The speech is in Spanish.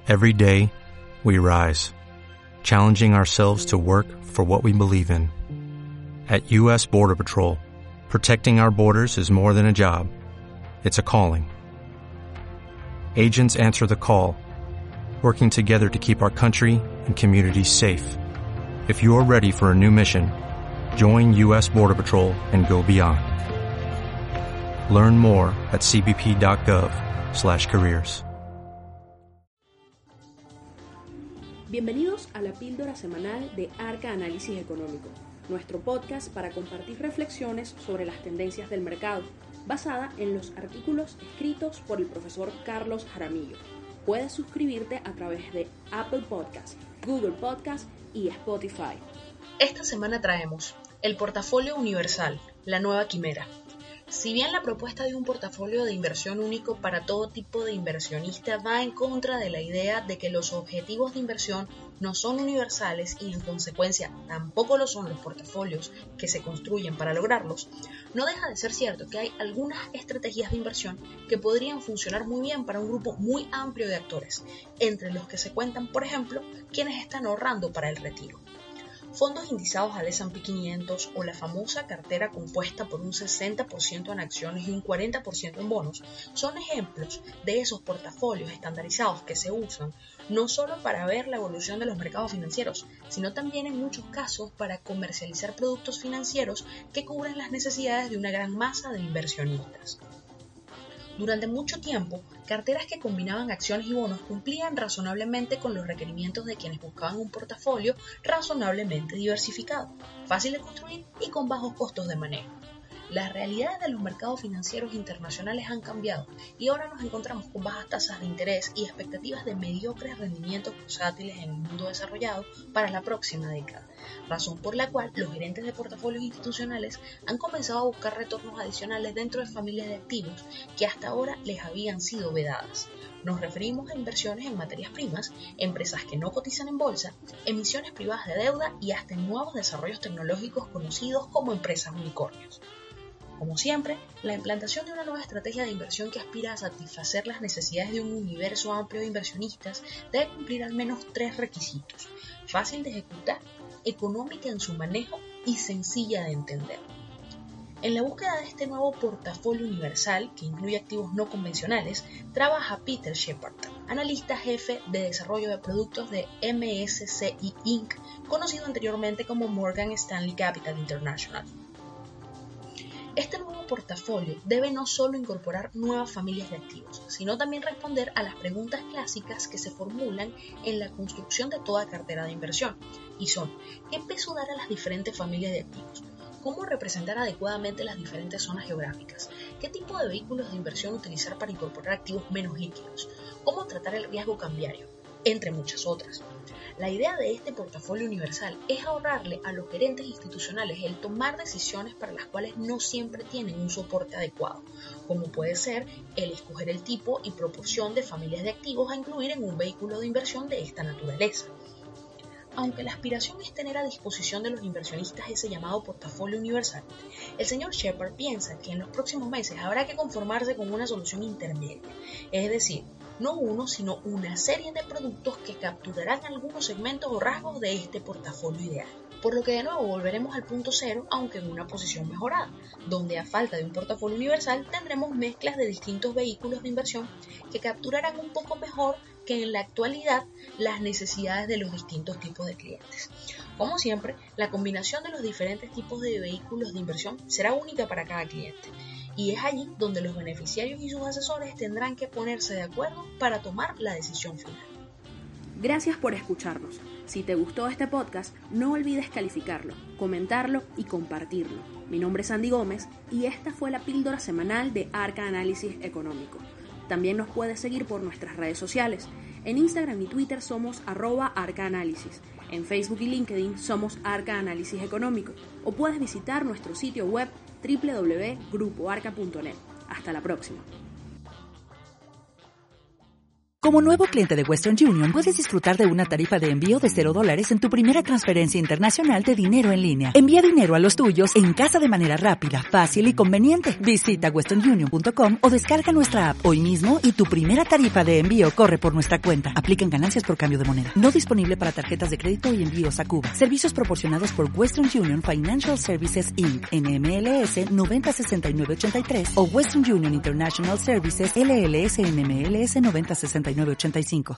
Every day, we rise, challenging ourselves to work for what we believe in. At U.S. Border Patrol, protecting our borders is more than a job. It's a calling. Agents answer the call, working together to keep our country and communities safe. If you're ready for a new mission, join U.S. Border Patrol and go beyond. Learn more at cbp.gov/careers. Bienvenidos a la píldora semanal de Arca Análisis Económico, nuestro podcast para compartir reflexiones sobre las tendencias del mercado, basada en los artículos escritos por el profesor Carlos Jaramillo. Puedes suscribirte a través de Apple Podcasts, Google Podcasts y Spotify. Esta semana traemos el portafolio universal, la nueva quimera. Si bien la propuesta de un portafolio de inversión único para todo tipo de inversionista va en contra de la idea de que los objetivos de inversión no son universales y en consecuencia tampoco lo son los portafolios que se construyen para lograrlos, no deja de ser cierto que hay algunas estrategias de inversión que podrían funcionar muy bien para un grupo muy amplio de actores, entre los que se cuentan, por ejemplo, quienes están ahorrando para el retiro. Fondos indizados al S&P 500 o la famosa cartera compuesta por un 60% en acciones y un 40% en bonos son ejemplos de esos portafolios estandarizados que se usan no solo para ver la evolución de los mercados financieros, sino también en muchos casos para comercializar productos financieros que cubren las necesidades de una gran masa de inversionistas. Durante mucho tiempo, carteras que combinaban acciones y bonos cumplían razonablemente con los requerimientos de quienes buscaban un portafolio razonablemente diversificado, fácil de construir y con bajos costos de manejo. Las realidades de los mercados financieros internacionales han cambiado y ahora nos encontramos con bajas tasas de interés y expectativas de mediocres rendimientos bursátiles en el mundo desarrollado para la próxima década, razón por la cual los gerentes de portafolios institucionales han comenzado a buscar retornos adicionales dentro de familias de activos que hasta ahora les habían sido vedadas. Nos referimos a inversiones en materias primas, empresas que no cotizan en bolsa, emisiones privadas de deuda y hasta en nuevos desarrollos tecnológicos conocidos como empresas unicornios. Como siempre, la implantación de una nueva estrategia de inversión que aspira a satisfacer las necesidades de un universo amplio de inversionistas debe cumplir al menos 3 requisitos: fácil de ejecutar, económica en su manejo y sencilla de entender. En la búsqueda de este nuevo portafolio universal, que incluye activos no convencionales, trabaja Peter Shepard, analista jefe de desarrollo de productos de MSCI Inc., conocido anteriormente como Morgan Stanley Capital International. Este nuevo portafolio debe no solo incorporar nuevas familias de activos, sino también responder a las preguntas clásicas que se formulan en la construcción de toda cartera de inversión, y son: ¿qué peso dar a las diferentes familias de activos? ¿Cómo representar adecuadamente las diferentes zonas geográficas? ¿Qué tipo de vehículos de inversión utilizar para incorporar activos menos líquidos? ¿Cómo tratar el riesgo cambiario? Entre muchas otras. La idea de este portafolio universal es ahorrarle a los gerentes institucionales el tomar decisiones para las cuales no siempre tienen un soporte adecuado, como puede ser el escoger el tipo y proporción de familias de activos a incluir en un vehículo de inversión de esta naturaleza. Aunque la aspiración es tener a disposición de los inversionistas ese llamado portafolio universal, el señor Shepard piensa que en los próximos meses habrá que conformarse con una solución intermedia, es decir, no uno, sino una serie de productos que capturarán algunos segmentos o rasgos de este portafolio ideal. Por lo que de nuevo volveremos al punto cero, aunque en una posición mejorada, donde a falta de un portafolio universal tendremos mezclas de distintos vehículos de inversión que capturarán un poco mejor que en la actualidad las necesidades de los distintos tipos de clientes. Como siempre, la combinación de los diferentes tipos de vehículos de inversión será única para cada cliente, y es allí donde los beneficiarios y sus asesores tendrán que ponerse de acuerdo para tomar la decisión final. Gracias por escucharnos. Si te gustó este podcast, no olvides calificarlo, comentarlo y compartirlo. Mi nombre es Andy Gómez y esta fue la píldora semanal de Arca Análisis Económico. También nos puedes seguir por nuestras redes sociales. En Instagram y Twitter somos @arcaanálisis. En Facebook y LinkedIn somos Arca Análisis Económico. O puedes visitar nuestro sitio web www.grupoarca.net. Hasta la próxima. Como nuevo cliente de Western Union, puedes disfrutar de una tarifa de envío de $0 en tu primera transferencia internacional de dinero en línea. Envía dinero a los tuyos en casa de manera rápida, fácil y conveniente. Visita westernunion.com o descarga nuestra app hoy mismo y tu primera tarifa de envío corre por nuestra cuenta. Aplican ganancias por cambio de moneda. No disponible para tarjetas de crédito y envíos a Cuba. Servicios proporcionados por Western Union Financial Services Inc. NMLS 906983 o Western Union International Services LLS NMLS 906985.